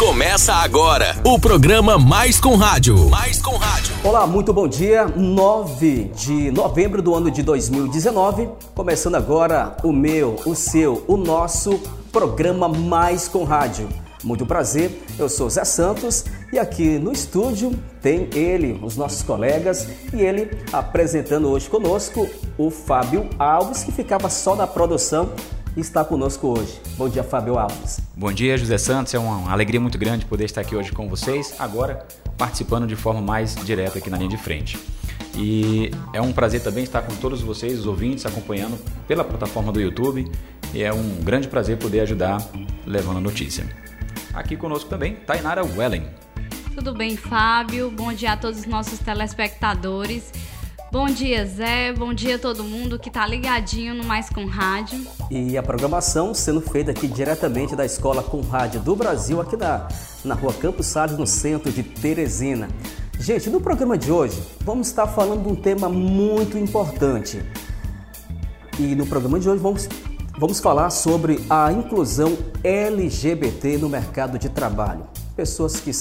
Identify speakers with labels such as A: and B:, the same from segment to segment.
A: Começa agora o programa Mais com Rádio. Mais com Rádio.
B: Olá, muito bom dia. 9 de novembro do ano de 2019. Começando agora o meu, o seu, o nosso programa Mais com Rádio. Muito prazer, eu sou Zé Santos e aqui no estúdio tem ele, os nossos colegas, e ele apresentando hoje conosco o Fábio Alves, que ficava só na produção e está conosco hoje. Bom dia, Fábio Alves.
C: Bom dia, José Santos. É uma alegria muito grande poder estar aqui hoje com vocês, agora participando de forma mais direta aqui na linha de frente. E é um prazer também estar com todos vocês, os ouvintes, acompanhando pela plataforma do YouTube, e é um grande prazer poder ajudar levando a notícia. Aqui conosco também, Tainara Wellen.
D: Tudo bem, Fábio? Bom dia a todos os nossos telespectadores. Bom dia, Zé. Bom dia a todo mundo que está ligadinho no Mais com Rádio.
B: E a programação sendo feita aqui diretamente da Escola com Rádio do Brasil, aqui na rua Campos Salles, no centro de Teresina. Gente, no programa de hoje, vamos estar falando de um tema muito importante. E no programa de hoje vamos falar sobre a inclusão LGBT no mercado de trabalho. Pessoas que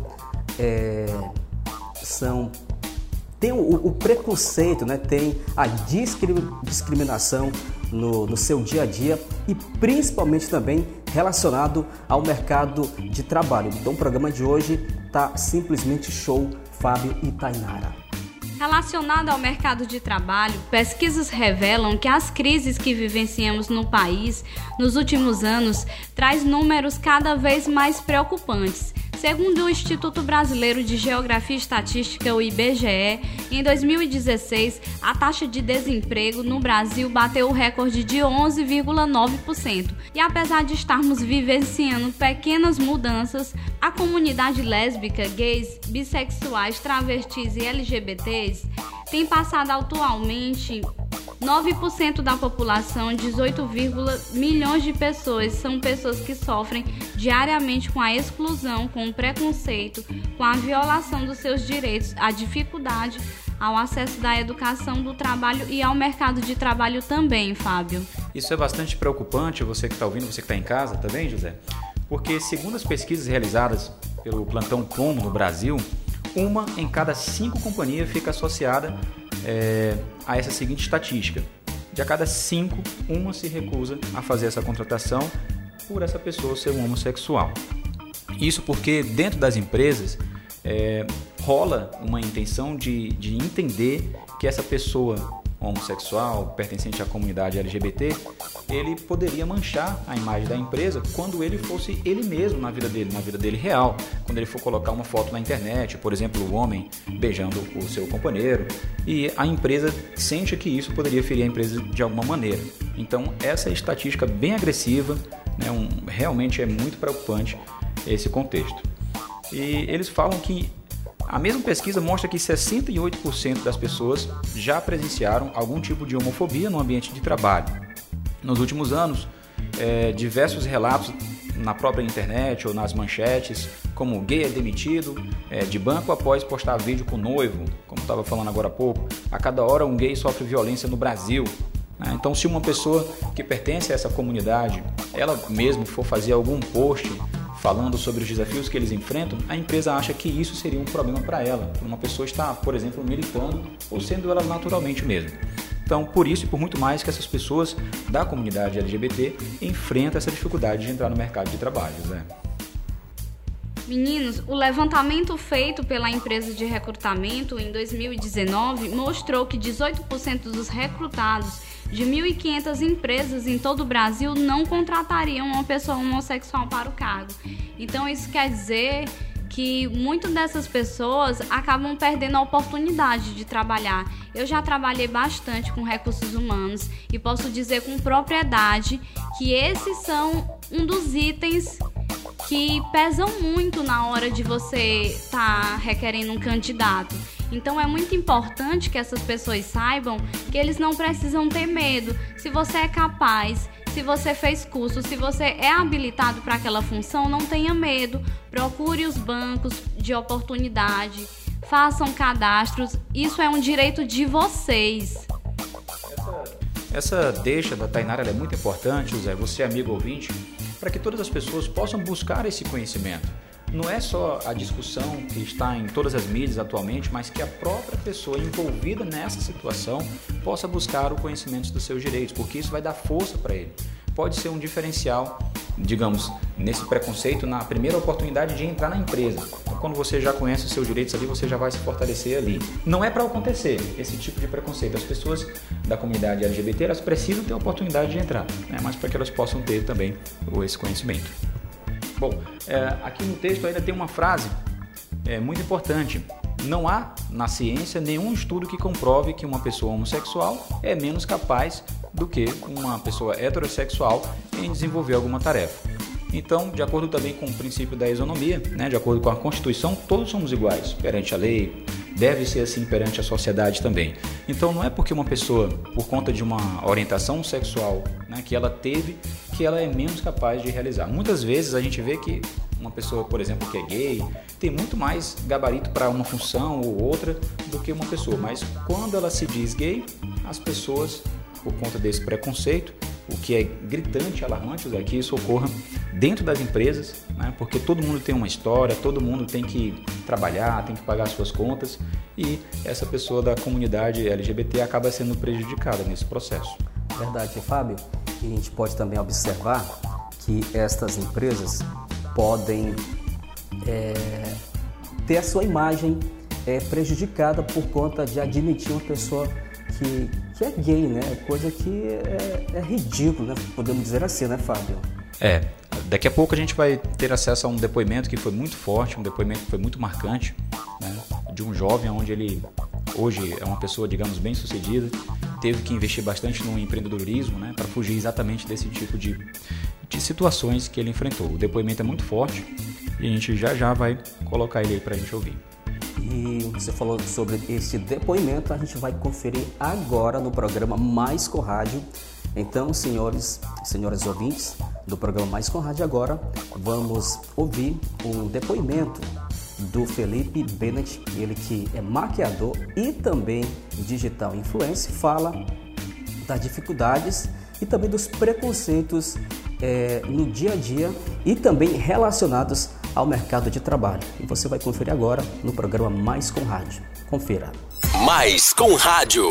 B: tem o preconceito, né? Tem a discriminação no seu dia a dia e principalmente também relacionado ao mercado de trabalho. Então o programa de hoje está simplesmente show, Fábio e Tainara.
D: Relacionado ao mercado de trabalho, pesquisas revelam que as crises que vivenciamos no país nos últimos anos traz números cada vez mais preocupantes. Segundo o Instituto Brasileiro de Geografia e Estatística, o IBGE, em 2016, a taxa de desemprego no Brasil bateu o recorde de 11,9%. E apesar de estarmos vivenciando pequenas mudanças, a comunidade lésbica, gays, bissexuais, travestis e LGBTs tem passado atualmente 9% da população, 18 milhões de pessoas, são pessoas que sofrem diariamente com a exclusão, com o preconceito, com a violação dos seus direitos, a dificuldade ao acesso da educação, do trabalho e ao mercado de trabalho também, Fábio.
C: Isso é bastante preocupante, você que está ouvindo, você que está em casa também, José, porque segundo as pesquisas realizadas pelo Plantão Como no Brasil, 1 em cada 5 companhias fica associada a essa seguinte estatística: de a cada 5, 1 se recusa a fazer essa contratação por essa pessoa ser um homossexual. Isso porque dentro das empresas rola uma intenção de entender que essa pessoa homossexual, pertencente à comunidade LGBT, ele poderia manchar a imagem da empresa quando ele fosse ele mesmo na vida dele real. Quando ele for colocar uma foto na internet, por exemplo, o homem beijando o seu companheiro, e a empresa sente que isso poderia ferir a empresa de alguma maneira. Então, essa estatística bem agressiva, né, realmente é muito preocupante esse contexto. E eles falam que a mesma pesquisa mostra que 68% das pessoas já presenciaram algum tipo de homofobia no ambiente de trabalho. Nos últimos anos, diversos relatos na própria internet ou nas manchetes, como gay é demitido de banco após postar vídeo com noivo, como estava falando agora há pouco. A cada hora um gay sofre violência no Brasil. Então, se uma pessoa que pertence a essa comunidade, ela mesma for fazer algum post falando sobre os desafios que eles enfrentam, a empresa acha que isso seria um problema para ela. Uma pessoa está, por exemplo, militando ou sendo ela naturalmente mesmo. Então, por isso e por muito mais que essas pessoas da comunidade LGBT enfrentam essa dificuldade de entrar no mercado de trabalho, Zé.
D: Meninos, o levantamento feito pela empresa de recrutamento em 2019 mostrou que 18% dos recrutados de 1.500 empresas em todo o Brasil não contratariam uma pessoa homossexual para o cargo. Então isso quer dizer que muitas dessas pessoas acabam perdendo a oportunidade de trabalhar. Eu já trabalhei bastante com recursos humanos e posso dizer com propriedade que esses são um dos itens que pesam muito na hora de você estar requerendo um candidato. Então é muito importante que essas pessoas saibam que eles não precisam ter medo. Se você é capaz, se você fez curso, se você é habilitado para aquela função, não tenha medo. Procure os bancos de oportunidade, façam cadastros. Isso é um direito de vocês.
C: Essa deixa da Tainara é muito importante, José, você amigo ouvinte, para que todas as pessoas possam buscar esse conhecimento. não é só a discussão que está em todas as mídias atualmente, mas que a própria pessoa envolvida nessa situação possa buscar o conhecimento dos seus direitos, porque isso vai dar força para ele. Pode ser um diferencial, digamos, nesse preconceito, na primeira oportunidade de entrar na empresa. Então, quando você já conhece os seus direitos ali, você já vai se fortalecer ali. Não é para acontecer esse tipo de preconceito. As pessoas da comunidade LGBT, elas precisam ter a oportunidade de entrar, né? Mas para que elas possam ter também esse conhecimento. Bom, aqui no texto ainda tem uma frase muito importante. Não há na ciência nenhum estudo que comprove que uma pessoa homossexual é menos capaz do que uma pessoa heterossexual em desenvolver alguma tarefa. Então, de acordo também com o princípio da isonomia, né, de acordo com a Constituição, todos somos iguais perante a lei, deve ser assim perante a sociedade também. Então, não é porque uma pessoa, por conta de uma orientação sexual, né, que ela teve, que ela é menos capaz de realizar. Muitas vezes a gente vê que uma pessoa, por exemplo, que é gay, tem muito mais gabarito para uma função ou outra do que uma pessoa. Mas quando ela se diz gay, as pessoas, por conta desse preconceito, o que é gritante, alarmante, é que isso ocorra dentro das empresas, né? Porque todo mundo tem uma história, todo mundo tem que trabalhar, tem que pagar suas contas e essa pessoa da comunidade LGBT acaba sendo prejudicada nesse processo.
B: Verdade, Fábio. E a gente pode também observar que estas empresas podem ter a sua imagem prejudicada por conta de admitir uma pessoa que é gay, né? Coisa que é ridículo, né? Podemos dizer assim, né, Fábio?
C: Daqui a pouco a gente vai ter acesso a um depoimento que foi muito forte, um depoimento que foi muito marcante, né? De um jovem onde ele hoje é uma pessoa, digamos, bem sucedida, teve que investir bastante no empreendedorismo, né? Para fugir exatamente desse tipo de situações que ele enfrentou. O depoimento é muito forte e a gente já vai colocar ele aí para a gente ouvir.
B: E você falou sobre esse depoimento, a gente vai conferir agora no programa Mais com Rádio. Então, senhores e senhoras ouvintes do programa Mais com Rádio, agora vamos ouvir um depoimento do Felipe Bennett, ele que é maquiador e também digital influencer, fala das dificuldades e também dos preconceitos no dia a dia e também relacionados ao mercado de trabalho. E você vai conferir agora no programa Mais com Rádio. Confira.
A: Mais com Rádio.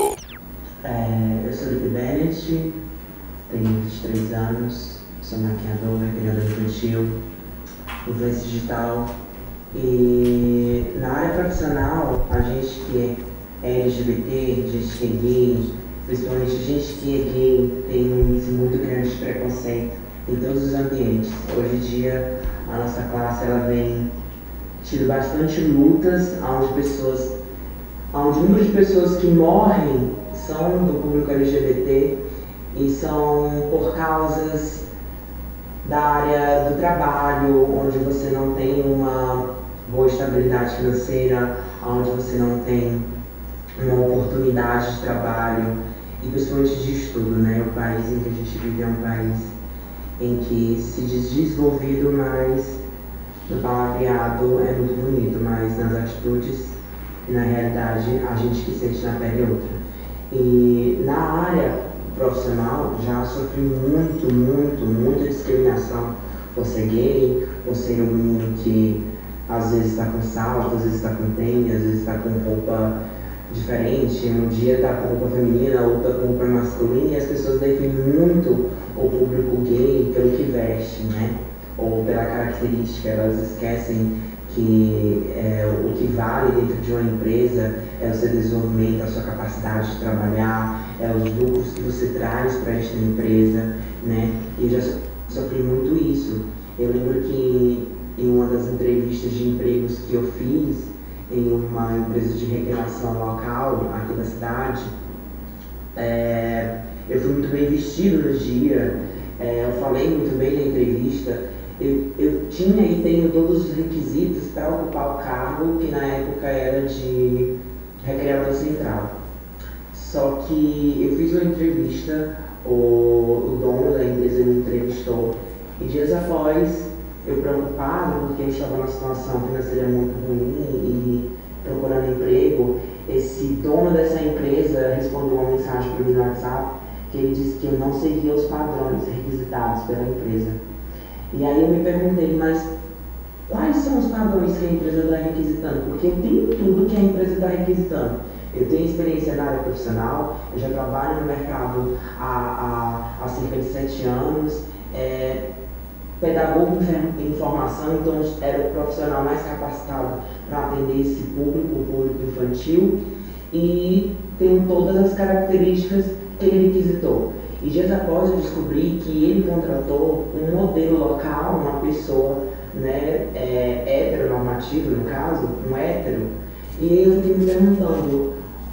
E: Eu sou Felipe Bennett, tenho 23 anos, sou maquiador, criador infantil, influencer digital. E na área profissional, a gente que é LGBT, a gente que é gay, principalmente a gente que é gay, tem um índice muito grande de preconceito em todos os ambientes. Hoje em dia, a nossa classe ela vem tido bastante lutas, onde o número de pessoas que morrem são do público LGBT e são por causas da área do trabalho, onde você não tem uma boa estabilidade financeira, onde você não tem uma oportunidade de trabalho e principalmente de estudo, né? O país em que a gente vive é um país em que se diz desenvolvido, mas no palavreado é muito bonito, mas nas atitudes e na realidade a gente que sente na pele é outra. E na área profissional já sofri muita discriminação por ser gay, por ser um menino que às vezes está com salto, às vezes está com tênis, às vezes está com roupa diferente, um dia está com roupa feminina, outro com roupa masculina, e as pessoas definem muito o público gay pelo que veste, né? Ou pela característica, elas esquecem que o que vale dentro de uma empresa é o seu desenvolvimento, a sua capacidade de trabalhar, é os lucros que você traz para esta empresa, né? E eu já sofri muito isso. Eu lembro que em uma das entrevistas de empregos que eu fiz em uma empresa de recreação local aqui da cidade, eu fui muito bem vestido no dia, eu falei muito bem na entrevista, eu tinha e tenho todos os requisitos para ocupar o cargo que na época era de recreador central. Só que eu fiz uma entrevista, o dono da empresa me entrevistou e dias após, eu preocupado porque eu estava numa situação financeira muito ruim e procurando emprego, esse dono dessa empresa respondeu uma mensagem para mim no WhatsApp que ele disse que eu não seguia os padrões requisitados pela empresa. E aí eu me perguntei, mas quais são os relacionado a isso que a empresa está requisitando, porque eu tenho tudo que a empresa está requisitando. Eu tenho experiência na área profissional, eu já trabalho no mercado há cerca de 7 anos, pedagogo em formação, então era o profissional mais capacitado para atender esse público, o público infantil, e tenho todas as características que ele requisitou. E dias após eu descobri que ele contratou um modelo local, uma pessoa, né, heteronormativa no caso, um hétero, e eu fiquei me perguntando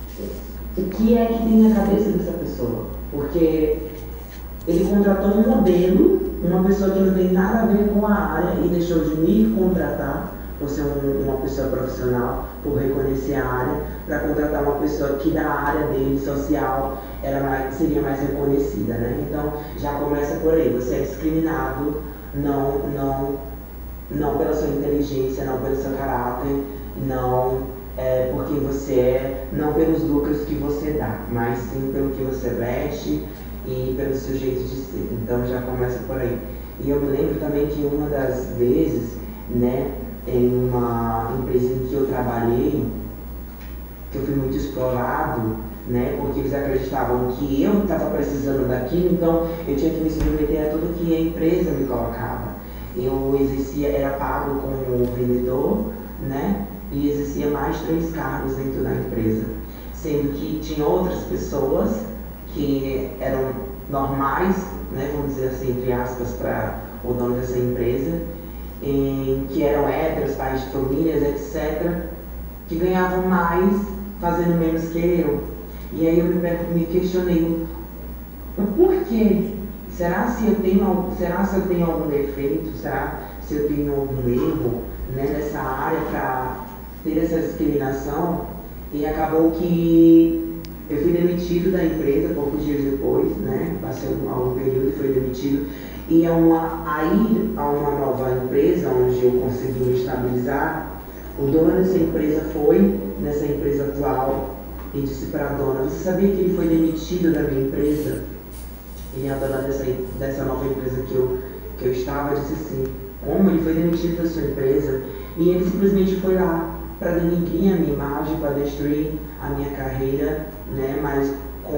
E: o que é que tem na cabeça dessa pessoa, porque ele contratou um modelo, uma pessoa que não tem nada a ver com a área e deixou de me contratar por ser uma pessoa profissional, por reconhecer a área, para contratar uma pessoa que da área dele, social, seria mais reconhecida, né? Então, já começa por aí, você é discriminado, não pela sua inteligência, não pelo seu caráter, não porque você é, não pelos lucros que você dá, mas sim pelo que você veste e pelo seu jeito de ser. Então, já começa por aí. E eu me lembro também que uma das vezes, né, em uma empresa em que eu trabalhei, que eu fui muito explorado, né, porque eles acreditavam que eu estava precisando daquilo, então eu tinha que me submeter a tudo que a empresa me colocava. Eu era pago como vendedor, né, e exercia mais 3 cargos dentro da empresa, sendo que tinha outras pessoas que eram normais, né, vamos dizer assim, entre aspas, para o dono dessa empresa, que eram héteros, pais de famílias, etc., que ganhavam mais fazendo menos que eu. E aí eu me questionei o porquê. Será se eu tenho algum defeito? Será se eu tenho algum erro, né, nessa área para ter essa discriminação? E acabou que eu fui demitido da empresa poucos dias depois, né? Passei algum período e fui demitido. E a uma nova empresa, onde eu consegui me estabilizar, o dono dessa empresa foi nessa empresa atual e disse para a dona: você sabia que ele foi demitido da minha empresa? E a dona dessa nova empresa que eu estava disse assim: como ele foi demitido da sua empresa? E ele simplesmente foi lá para denigrir a minha imagem, para destruir a minha carreira, né? Mas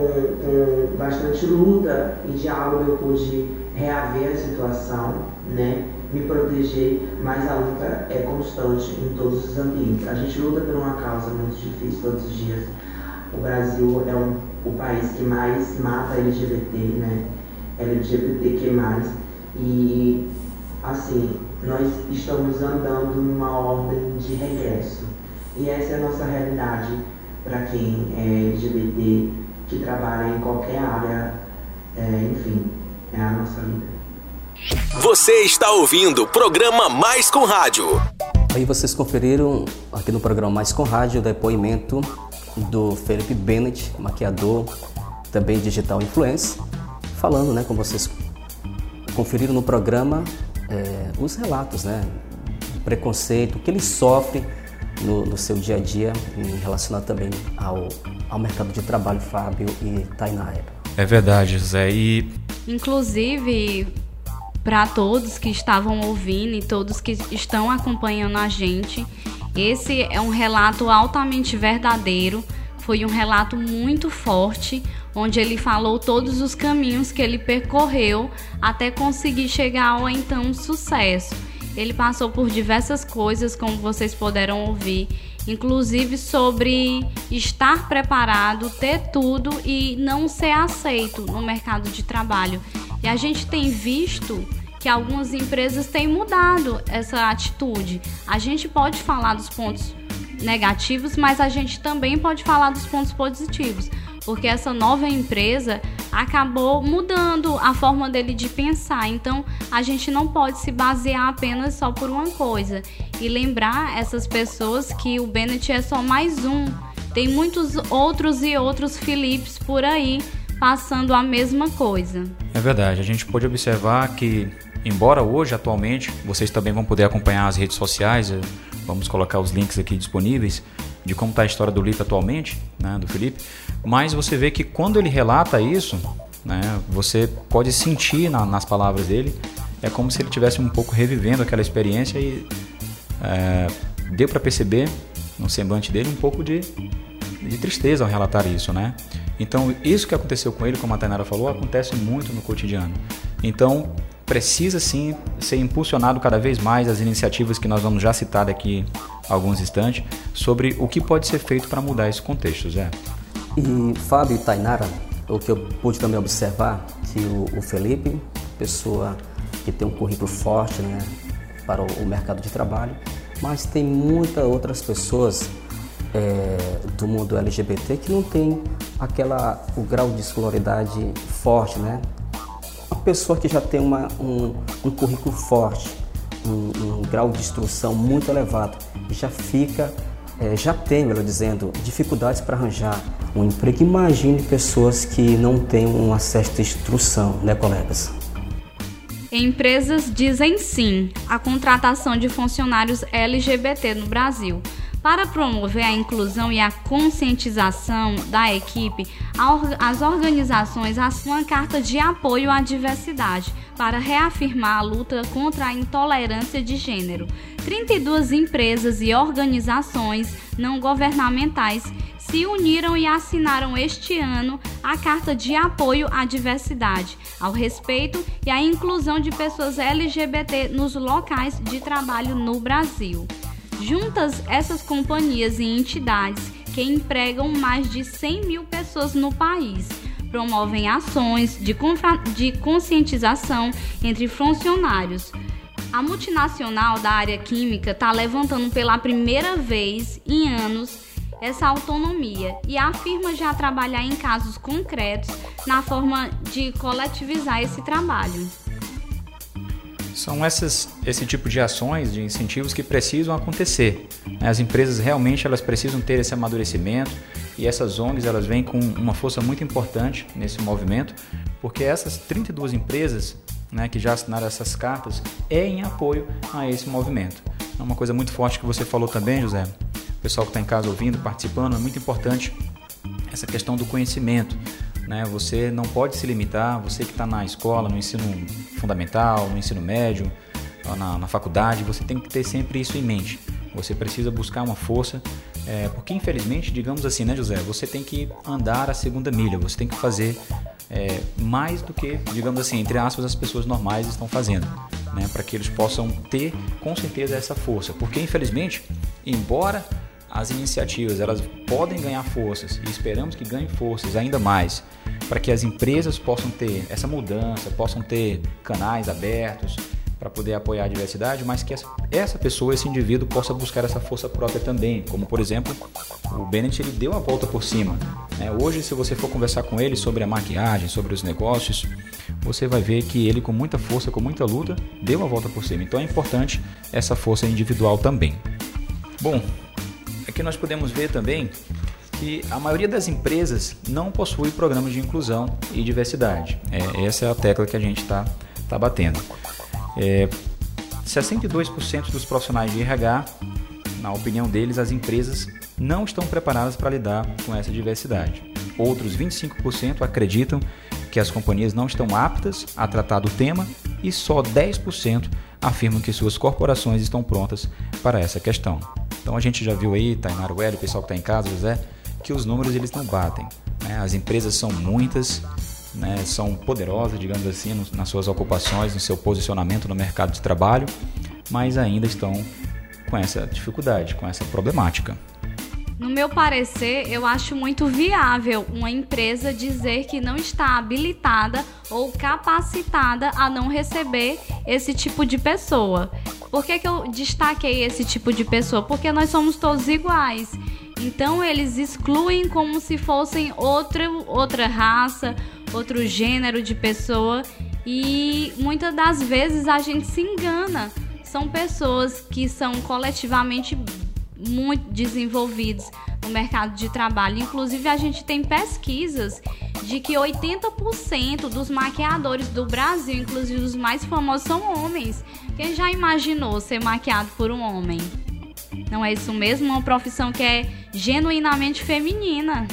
E: com bastante luta e diálogo eu pude reaver a situação, né? Me proteger, mas a luta é constante em todos os ambientes. A gente luta por uma causa muito difícil todos os dias. O Brasil é o país que mais mata LGBT, né? LGBTQ+. E, assim, nós estamos andando numa ordem de regresso. E essa é a nossa realidade para quem é LGBT, que trabalha em qualquer área, enfim, é a nossa vida.
A: Você está ouvindo o programa Mais com Rádio.
B: Aí vocês conferiram aqui no programa Mais com Rádio o depoimento do Felipe Bennett, maquiador, também digital influencer, falando, né, como vocês conferiram no programa, os relatos, né, do preconceito que ele sofre no seu dia a dia, relacionado também ao mercado de trabalho, Fábio e Tainara.
C: É verdade, José. E
D: inclusive, para todos que estavam ouvindo e todos que estão acompanhando a gente, esse é um relato altamente verdadeiro, foi um relato muito forte, onde ele falou todos os caminhos que ele percorreu até conseguir chegar ao então sucesso. Ele passou por diversas coisas, como vocês puderam ouvir, inclusive sobre estar preparado, ter tudo e não ser aceito no mercado de trabalho. E a gente tem visto que algumas empresas têm mudado essa atitude. A gente pode falar dos pontos negativos, mas a gente também pode falar dos pontos positivos, porque essa nova empresa acabou mudando a forma dele de pensar. Então, a gente não pode se basear apenas só por uma coisa e lembrar essas pessoas que o Bennett é só mais um. Tem muitos outros Filipes por aí passando a mesma coisa. É
C: verdade, a gente pode observar que, embora hoje, atualmente, vocês também vão poder acompanhar as redes sociais, vamos colocar os links aqui disponíveis, de como está a história do Lito atualmente, né, do Felipe, mas você vê que quando ele relata isso, né, você pode sentir nas palavras dele, é como se ele estivesse um pouco revivendo aquela experiência e deu para perceber no semblante dele um pouco de tristeza ao relatar isso, né? Então, isso que aconteceu com ele, como a Tainara falou, acontece muito no cotidiano. Então, precisa sim ser impulsionado cada vez mais as iniciativas que nós vamos já citar daqui a alguns instantes sobre o que pode ser feito para mudar esse contexto, Zé.
B: E Fábio e Tainara, o que eu pude também observar, que o Felipe, pessoa que tem um currículo forte, né, para o mercado de trabalho, mas tem muitas outras pessoas do mundo LGBT que não tem o grau de escolaridade forte, né? Uma pessoa que já tem um currículo forte, um grau de instrução muito elevado, já tem, melhor dizendo, dificuldades para arranjar um emprego. Imagine pessoas que não têm uma certa instrução, né, colegas?
D: Empresas dizem sim à contratação de funcionários LGBT no Brasil. Para promover a inclusão e a conscientização da equipe, as organizações assinam uma carta de apoio à diversidade para reafirmar a luta contra a intolerância de gênero. 32 empresas e organizações não governamentais se uniram e assinaram este ano a Carta de Apoio à Diversidade, ao respeito e à inclusão de pessoas LGBT nos locais de trabalho no Brasil. Juntas, essas companhias e entidades que empregam mais de 100 mil pessoas no país promovem ações de conscientização entre funcionários. A multinacional da área química está levantando pela primeira vez em anos essa autonomia e afirma já trabalhar em casos concretos na forma de coletivizar esse trabalho.
C: São esse tipo de ações, de incentivos que precisam acontecer. As empresas realmente elas precisam ter esse amadurecimento e essas ONGs elas vêm com uma força muito importante nesse movimento, porque essas 32 empresas, né, que já assinaram essas cartas em apoio a esse movimento. É uma coisa muito forte que você falou também, José. O pessoal que está em casa ouvindo, participando, é muito importante essa questão do conhecimento. Né? Você não pode se limitar, você que está na escola, no ensino fundamental, no ensino médio, na faculdade, você tem que ter sempre isso em mente. Você precisa buscar uma força, porque infelizmente, digamos assim, né, José, você tem que andar a segunda milha, você tem que fazer mais do que, digamos assim, entre aspas, as pessoas normais estão fazendo, né, para que eles possam ter com certeza essa força, porque infelizmente, embora as iniciativas elas podem ganhar forças e esperamos que ganhem forças ainda mais para que as empresas possam ter essa mudança, possam ter canais abertos para poder apoiar a diversidade, mas que essa pessoa, esse indivíduo possa buscar essa força própria também, como por exemplo o Bennett, ele deu a volta por cima, né? Hoje se você for conversar com ele sobre a maquiagem, sobre os negócios, você vai ver que ele com muita força, com muita luta, deu a volta por cima, então é importante essa força individual também. Bom, aqui nós podemos ver também que a maioria das empresas não possui programas de inclusão e diversidade. Essa é a tecla que a gente está batendo. 62% dos profissionais de RH, na opinião deles, as empresas não estão preparadas para lidar com essa diversidade. Outros 25% acreditam que as companhias não estão aptas a tratar do tema e só 10% afirmam que suas corporações estão prontas para essa questão. Então a gente já viu aí, Tainara, o pessoal que está em casa, José, que os números eles não batem, né? As empresas são muitas, né? São poderosas, digamos assim, nas suas ocupações, no seu posicionamento no mercado de trabalho, mas ainda estão com essa dificuldade, com essa problemática.
D: No meu parecer, eu acho muito viável uma empresa dizer que não está habilitada ou capacitada a não receber esse tipo de pessoa. Por que eu destaquei esse tipo de pessoa? Porque nós somos todos iguais. Então, eles excluem como se fossem outra raça, outro gênero de pessoa. E muitas das vezes a gente se engana. São pessoas que são coletivamente muito desenvolvidos no mercado de trabalho. Inclusive, a gente tem pesquisas de que 80% dos maquiadores do Brasil, inclusive os mais famosos, são homens. Quem já imaginou ser maquiado por um homem? Não é isso mesmo? Uma profissão que é genuinamente feminina.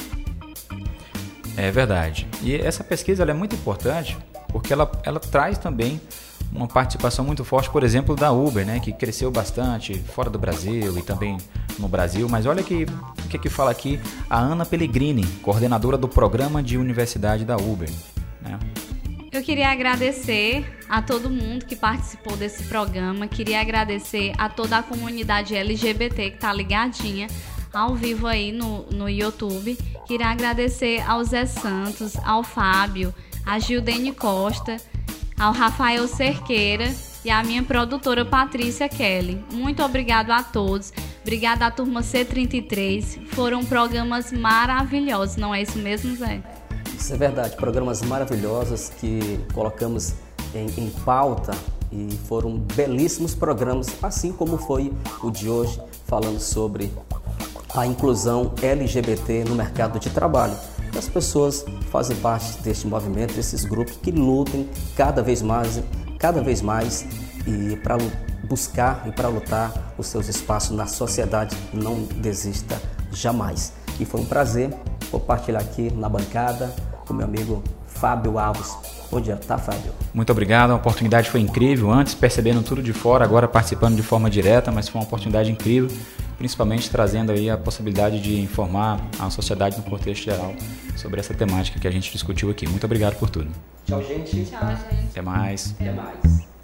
C: É verdade. E essa pesquisa ela é muito importante porque ela traz também uma participação muito forte, por exemplo, da Uber, né, que cresceu bastante fora do Brasil e também no Brasil. Mas olha o que fala aqui a Ana Pellegrini, coordenadora do programa de universidade da Uber, né?
D: Eu queria agradecer a todo mundo que participou desse programa, queria agradecer a toda a comunidade LGBT que está ligadinha ao vivo aí no YouTube. Queria agradecer ao Zé Santos, ao Fábio, a Gildene Costa, ao Rafael Cerqueira e à minha produtora Patrícia Kelly. Muito obrigado a todos. Obrigada à turma C33. Foram programas maravilhosos, não é isso mesmo, Zé?
B: Isso é verdade, programas maravilhosos que colocamos em pauta e foram belíssimos programas, assim como foi o de hoje, falando sobre a inclusão LGBT no mercado de trabalho. As pessoas fazem parte deste movimento, desses grupos que lutem cada vez mais e para buscar e para lutar os seus espaços na sociedade. Não desista jamais. E foi um prazer compartilhar aqui na bancada com meu amigo Fábio Alves. Bom dia, tá, Fábio?
C: Muito obrigado, a oportunidade foi incrível. Antes percebendo tudo de fora, agora participando de forma direta, mas foi uma oportunidade incrível, principalmente trazendo aí a possibilidade de informar a sociedade no contexto geral sobre essa temática que a gente discutiu aqui. Muito obrigado por tudo.
B: Tchau, gente.
D: Tchau, gente.
C: Até mais.
B: Até mais.